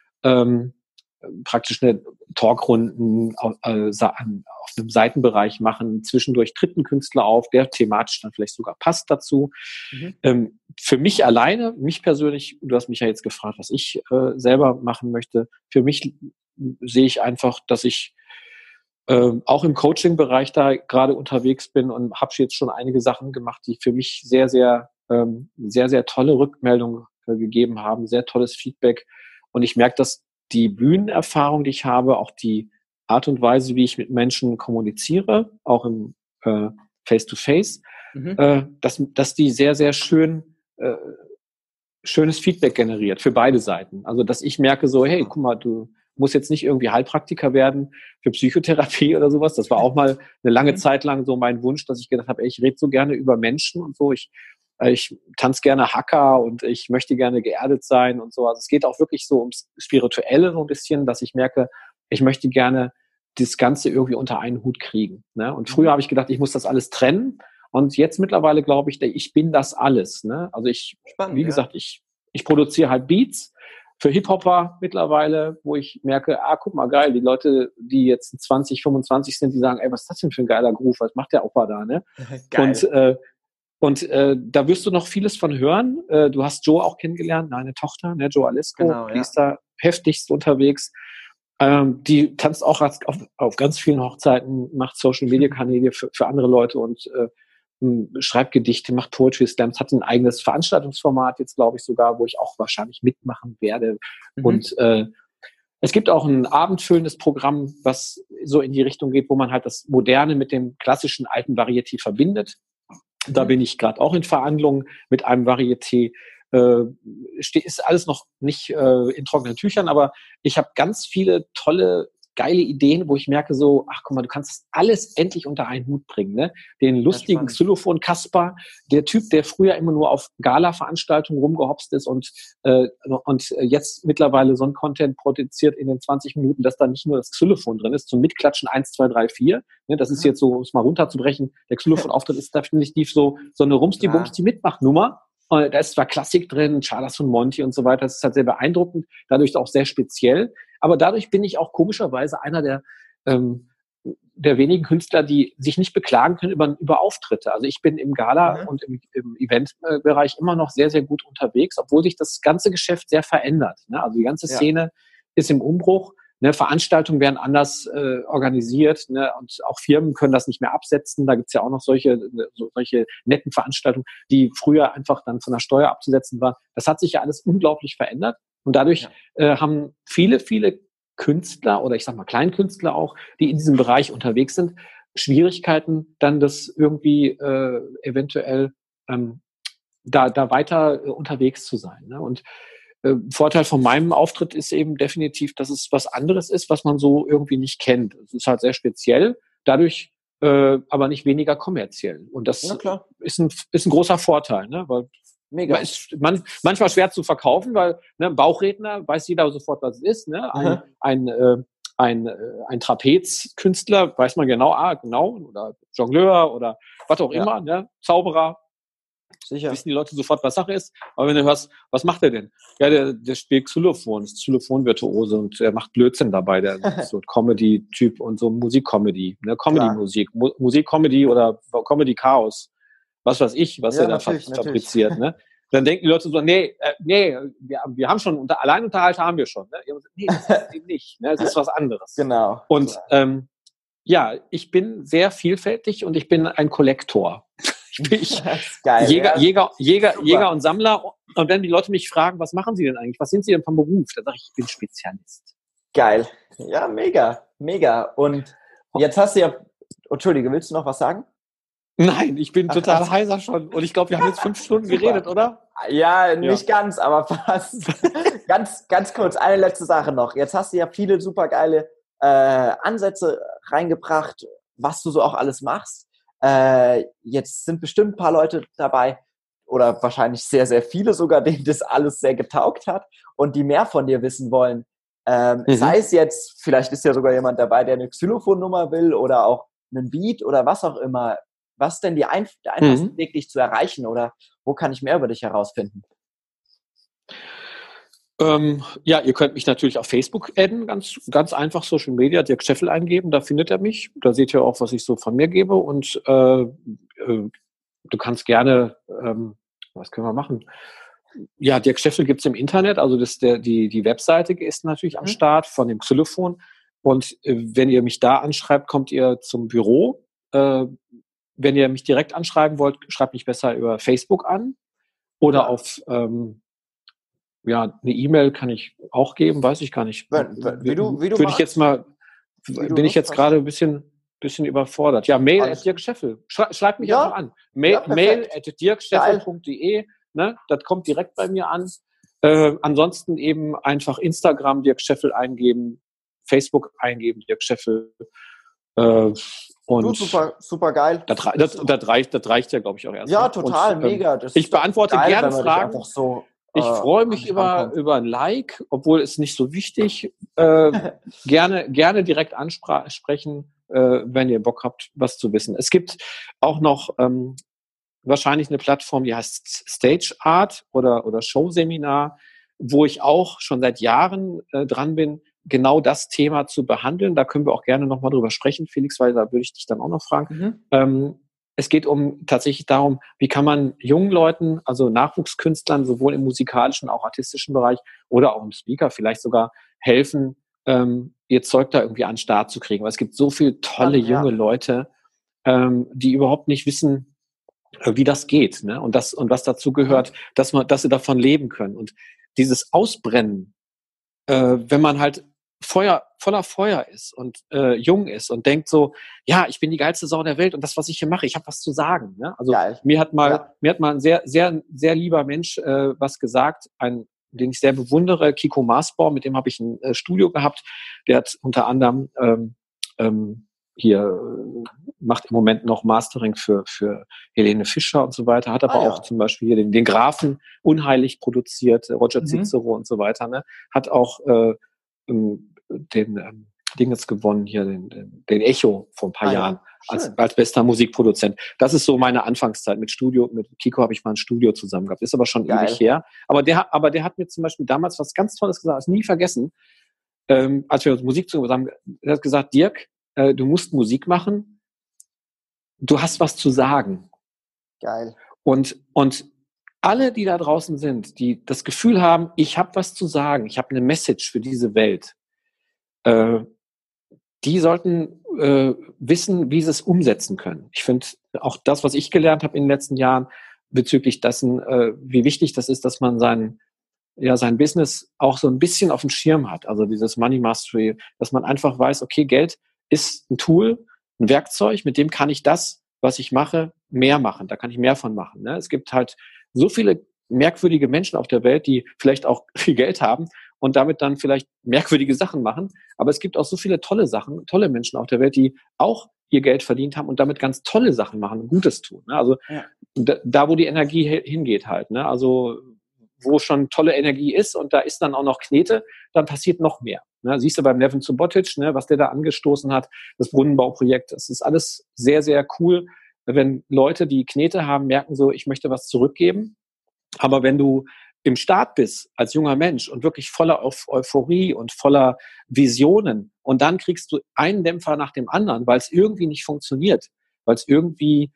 Speaker 1: praktisch eine Talkrunden auf einem Seitenbereich machen. Zwischendurch tritt ein Künstler auf, der thematisch dann vielleicht sogar passt dazu. Für mich alleine, mich persönlich, du hast mich ja jetzt gefragt, was ich selber machen möchte. Für mich sehe ich einfach, dass ich auch im Coaching-Bereich da gerade unterwegs bin und habe jetzt schon einige Sachen gemacht, die für mich sehr, sehr, sehr, sehr tolle Rückmeldungen gegeben haben, sehr tolles Feedback. Und ich merke, dass die Bühnenerfahrung, die ich habe, auch die Art und Weise, wie ich mit Menschen kommuniziere, auch im Face-to-Face, dass die sehr, sehr schönes Feedback generiert für beide Seiten. Also, dass ich merke so, hey, guck mal, du musst jetzt nicht irgendwie Heilpraktiker werden für Psychotherapie oder sowas. Das war auch mal eine lange Zeit lang so mein Wunsch, dass ich gedacht habe, ey, ich rede so gerne über Menschen und so. Ich tanze gerne Hacker und ich möchte gerne geerdet sein und so. Also es geht auch wirklich so ums Spirituelle so ein bisschen, dass ich merke, ich möchte gerne das Ganze irgendwie unter einen Hut kriegen. Ne? Und früher habe ich gedacht, ich muss das alles trennen. Und jetzt mittlerweile glaube ich, ich bin das alles. Ne? Also wie gesagt, ich produziere halt Beats für Hip-Hopper mittlerweile, wo ich merke, guck mal, geil, die Leute, die jetzt 20, 25 sind, die sagen, ey, was ist das denn für ein geiler Groove? Was macht der Opa da? Ne?
Speaker 2: Geil.
Speaker 1: Und da wirst du noch vieles von hören. Du hast Joe auch kennengelernt, deine Tochter, ne, Joe Alisco,
Speaker 2: genau,
Speaker 1: die ist da heftigst unterwegs. Die tanzt auch auf ganz vielen Hochzeiten, macht Social-Media-Kanäle für andere Leute und schreibt Gedichte, macht Poetry Slams, hat ein eigenes Veranstaltungsformat jetzt, glaube ich, sogar, wo ich auch wahrscheinlich mitmachen werde. Und es gibt auch ein abendfüllendes Programm, was so in die Richtung geht, wo man halt das Moderne mit dem klassischen alten Varieté verbindet. Da bin ich gerade auch in Verhandlungen mit einem Varieté. Ist alles noch nicht in trockenen Tüchern, aber ich habe ganz viele tolle, geile Ideen, wo ich merke so, ach guck mal, du kannst das alles endlich unter einen Hut bringen. Ne? Den lustigen Xylophon Kasper, der Typ, der früher immer nur auf Gala-Veranstaltungen rumgehopst ist und jetzt mittlerweile so ein Content produziert in den 20 Minuten, dass da nicht nur das Xylophon drin ist, zum Mitklatschen 1, 2, 3, 4. Ne? Das ist jetzt so, um es mal runterzubrechen, der Xylophon-Auftritt ist definitiv so eine Rumsti-Bumsti-Mitmachnummer. Da ist zwar Klassik drin, Charles von Monti und so weiter, das ist halt sehr beeindruckend, dadurch auch sehr speziell, aber dadurch bin ich auch komischerweise einer der wenigen Künstler, die sich nicht beklagen können über Auftritte. Also ich bin im Gala- und im Eventbereich immer noch sehr, sehr gut unterwegs, obwohl sich das ganze Geschäft sehr verändert. Ne? Also die ganze Szene ist im Umbruch. Ne, Veranstaltungen werden anders organisiert, ne, und auch Firmen können das nicht mehr absetzen. Da gibt's ja auch noch solche netten Veranstaltungen, die früher einfach dann von der Steuer abzusetzen waren. Das hat sich ja alles unglaublich verändert und dadurch haben viele, viele Künstler oder ich sag mal Kleinkünstler auch, die in diesem Bereich unterwegs sind, Schwierigkeiten, dann das irgendwie eventuell da weiter unterwegs zu sein. Ne? Und Vorteil von meinem Auftritt ist eben definitiv, dass es was anderes ist, was man so irgendwie nicht kennt. Es ist halt sehr speziell, dadurch aber nicht weniger kommerziell. Und das ist ein großer Vorteil, ne? Weil
Speaker 2: Mega.
Speaker 1: Ist manchmal schwer zu verkaufen, weil Bauchredner weiß jeder sofort, was es ist. Ne? Ein Trapezkünstler weiß man genau, oder Jongleur oder was auch immer, ne? Zauberer. Sicher. Wissen die Leute sofort, was Sache ist. Aber wenn du hörst, was macht er denn? Ja, der spielt Xylophon, ist Xylophon-Virtuose und der macht Blödsinn dabei. Der ist so ein Comedy-Typ und so Musik-Comedy. Ne? Comedy-Musik. Musik-Comedy oder Comedy-Chaos. Was weiß ich, was er da fabriziert. Ne? Dann denken die Leute so, nee, wir haben schon, Alleinunterhalt haben wir schon. Ne? Nee, das ist eben nicht. Ne? Es ist was anderes.
Speaker 2: Genau.
Speaker 1: Und ich bin sehr vielfältig und ich bin ein Kollektor.
Speaker 2: Geil,
Speaker 1: Jäger und Sammler. Und wenn die Leute mich fragen, was machen sie denn eigentlich? Was sind sie denn vom Beruf? Dann sage ich bin Spezialist.
Speaker 2: Geil. Ja, mega, mega. Und jetzt hast du ja, Entschuldige, willst du noch was sagen?
Speaker 1: Nein, ich bin total heiser schon. Und ich glaube, wir haben jetzt 5 Stunden geredet, oder?
Speaker 2: Ja, nicht ganz, aber fast. ganz kurz, eine letzte Sache noch. Jetzt hast du ja viele super geile Ansätze reingebracht, was du so auch alles machst. Jetzt sind bestimmt ein paar Leute dabei oder wahrscheinlich sehr, sehr viele sogar, denen das alles sehr getaugt hat und die mehr von dir wissen wollen. Sei es jetzt, vielleicht ist ja sogar jemand dabei, der eine Xylophonnummer will oder auch einen Beat oder was auch immer. Was ist denn der einfachste Weg, dich zu erreichen oder wo kann ich mehr über dich herausfinden?
Speaker 1: Ihr könnt mich natürlich auf Facebook adden, ganz einfach Social Media, Dirk Scheffel eingeben, da findet er mich. Da seht ihr auch, was ich so von mir gebe und du kannst gerne, was können wir machen? Ja, Dirk Scheffel gibt's im Internet, also die Webseite ist natürlich am Start von dem Xylophon und wenn ihr mich da anschreibt, kommt ihr zum Büro. Wenn ihr mich direkt anschreiben wollt, schreibt mich besser über Facebook an oder auf Ja, eine E-Mail kann ich auch geben, weiß ich gar nicht.
Speaker 2: Wie du
Speaker 1: Würde ich jetzt mal, bin ich jetzt gerade ein bisschen überfordert. Ja, Mail at Dirk Scheffel. Schreib mich einfach an. Mail at dirkscheffel.de. Ne? Das kommt direkt bei mir an. Ansonsten eben einfach Instagram Dirk Scheffel eingeben, Facebook eingeben, Dirk Scheffel. Und
Speaker 2: super geil.
Speaker 1: Das reicht ja, glaube ich, auch erst.
Speaker 2: Ja, total, mega.
Speaker 1: Ich beantworte gerne Fragen. Ich freue mich über ein Like, obwohl es nicht so wichtig. Gerne direkt ansprechen, wenn ihr Bock habt, was zu wissen. Es gibt auch noch wahrscheinlich eine Plattform, die heißt Stage Art oder Showseminar, wo ich auch schon seit Jahren dran bin, genau das Thema zu behandeln. Da können wir auch gerne nochmal drüber sprechen, Felix, weil da würde ich dich dann auch noch fragen. Es geht tatsächlich darum, wie kann man jungen Leuten, also Nachwuchskünstlern, sowohl im musikalischen, auch artistischen Bereich oder auch im Speaker vielleicht sogar helfen, ihr Zeug da irgendwie an den Start zu kriegen. Weil es gibt so viele tolle junge Leute, die überhaupt nicht wissen, wie das geht, ne? Und was dazu gehört, dass sie davon leben können. Und dieses Ausbrennen, wenn man halt voller Feuer ist und jung ist und denkt so, ja, ich bin die geilste Sau der Welt und das, was ich hier mache, ich habe was zu sagen. Ne? Also mir hat mal ein sehr, sehr, sehr lieber Mensch was gesagt, den ich sehr bewundere, Kiko Maasbaum, mit dem habe ich ein Studio gehabt, der hat unter anderem macht im Moment noch Mastering für Helene Fischer und so weiter, hat aber auch zum Beispiel hier den Grafen Unheilig produziert, Roger Cicero und so weiter, ne? Hat auch den Dinges gewonnen hier, den Echo vor ein paar Jahren als bester Musikproduzent. Das ist so meine Anfangszeit mit Studio. Mit Kiko habe ich mal ein Studio zusammen gehabt. Ist aber schon ewig her. Aber der hat mir zum Beispiel damals was ganz Tolles gesagt, das nie vergessen. Als wir uns Musik zusammen haben, er hat gesagt, Dirk, du musst Musik machen. Du hast was zu sagen.
Speaker 2: Geil.
Speaker 1: Und alle, die da draußen sind, die das Gefühl haben, ich habe was zu sagen, ich habe eine Message für diese Welt, die sollten wissen, wie sie es umsetzen können. Ich finde auch das, was ich gelernt habe in den letzten Jahren bezüglich dessen, wie wichtig das ist, dass man sein Business auch so ein bisschen auf dem Schirm hat. Also dieses Money Mastery, dass man einfach weiß, okay, Geld ist ein Tool, ein Werkzeug, mit dem kann ich das, was ich mache, mehr machen. Da kann ich mehr von machen. Ne? Es gibt halt so viele merkwürdige Menschen auf der Welt, die vielleicht auch viel Geld haben und damit dann vielleicht merkwürdige Sachen machen. Aber es gibt auch so viele tolle Sachen, tolle Menschen auf der Welt, die auch ihr Geld verdient haben und damit ganz tolle Sachen machen und Gutes tun. Ne? Also da, wo die Energie hingeht halt. Ne? Also wo schon tolle Energie ist und da ist dann auch noch Knete, dann passiert noch mehr. Ne? Siehst du beim Neven Subotic, ne, was der da angestoßen hat, das Brunnenbauprojekt, das ist alles sehr, sehr cool, wenn Leute, die Knete haben, merken so, ich möchte was zurückgeben. Aber wenn du im Start bist als junger Mensch und wirklich voller Euphorie und voller Visionen und dann kriegst du einen Dämpfer nach dem anderen, weil es irgendwie nicht funktioniert, weil es irgendwie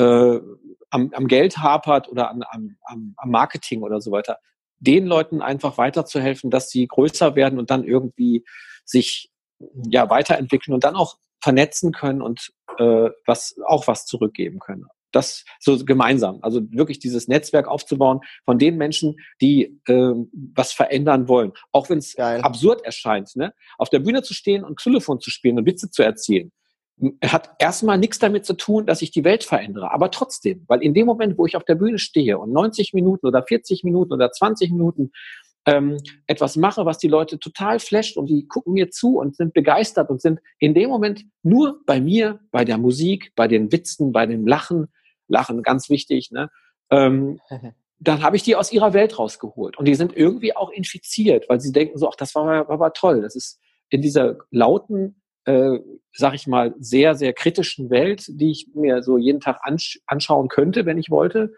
Speaker 1: am Geld hapert oder am Marketing oder so weiter, den Leuten einfach weiterzuhelfen, dass sie größer werden und dann irgendwie sich weiterentwickeln und dann auch vernetzen können und was zurückgeben können. Das so gemeinsam, also wirklich dieses Netzwerk aufzubauen von den Menschen, die was verändern wollen. Auch wenn es absurd erscheint, ne? Auf der Bühne zu stehen und Xylophon zu spielen und Witze zu erzählen, hat erstmal nichts damit zu tun, dass ich die Welt verändere. Aber trotzdem, weil in dem Moment, wo ich auf der Bühne stehe und 90 Minuten oder 40 Minuten oder 20 Minuten etwas mache, was die Leute total flasht und die gucken mir zu und sind begeistert und sind in dem Moment nur bei mir, bei der Musik, bei den Witzen, bei dem Lachen ganz wichtig, ne? Dann habe ich die aus ihrer Welt rausgeholt. Und die sind irgendwie auch infiziert, weil sie denken so, ach, das war toll. Das ist in dieser lauten, sag ich mal, sehr, sehr kritischen Welt, die ich mir so jeden Tag anschauen könnte, wenn ich wollte,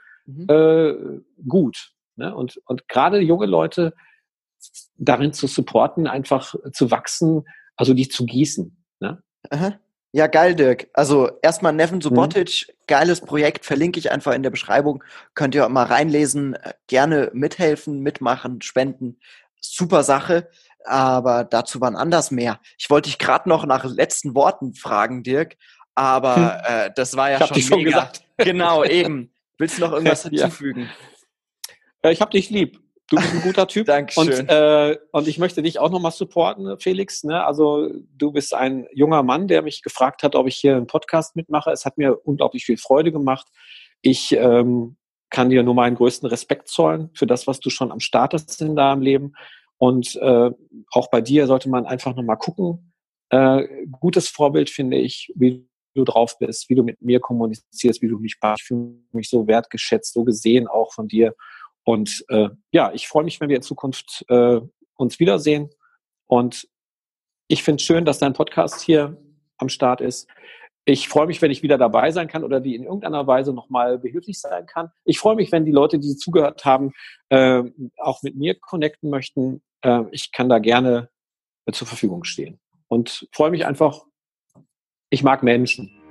Speaker 1: gut. Ne? Und gerade junge Leute darin zu supporten, einfach zu wachsen, also die zu gießen. Ne?
Speaker 2: Aha. Ja, geil, Dirk. Also erstmal Neven Subotic, geiles Projekt, verlinke ich einfach in der Beschreibung. Könnt ihr auch mal reinlesen, gerne mithelfen, mitmachen, spenden. Super Sache, aber dazu wann anders mehr. Ich wollte dich gerade noch nach letzten Worten fragen, Dirk, aber das war ja schon mega. Gesagt. Genau, eben. Willst du noch irgendwas hinzufügen?
Speaker 1: Ich hab dich lieb. Du bist ein guter Typ.
Speaker 2: Dankeschön.
Speaker 1: Und ich möchte dich auch nochmal supporten, Felix. Ne? Also du bist ein junger Mann, der mich gefragt hat, ob ich hier einen Podcast mitmache. Es hat mir unglaublich viel Freude gemacht. Ich kann dir nur meinen größten Respekt zollen für das, was du schon am Start hast in deinem Leben. Und auch bei dir sollte man einfach nochmal gucken. Gutes Vorbild finde ich, wie du drauf bist, wie du mit mir kommunizierst, wie du mich machst. Ich fühle mich so wertgeschätzt, so gesehen auch von dir. Und ich freue mich, wenn wir in Zukunft uns wiedersehen. Und ich finde es schön, dass dein Podcast hier am Start ist. Ich freue mich, wenn ich wieder dabei sein kann oder die in irgendeiner Weise nochmal behilflich sein kann. Ich freue mich, wenn die Leute, die zugehört haben, auch mit mir connecten möchten. Ich kann da gerne zur Verfügung stehen. Und freue mich einfach, ich mag Menschen.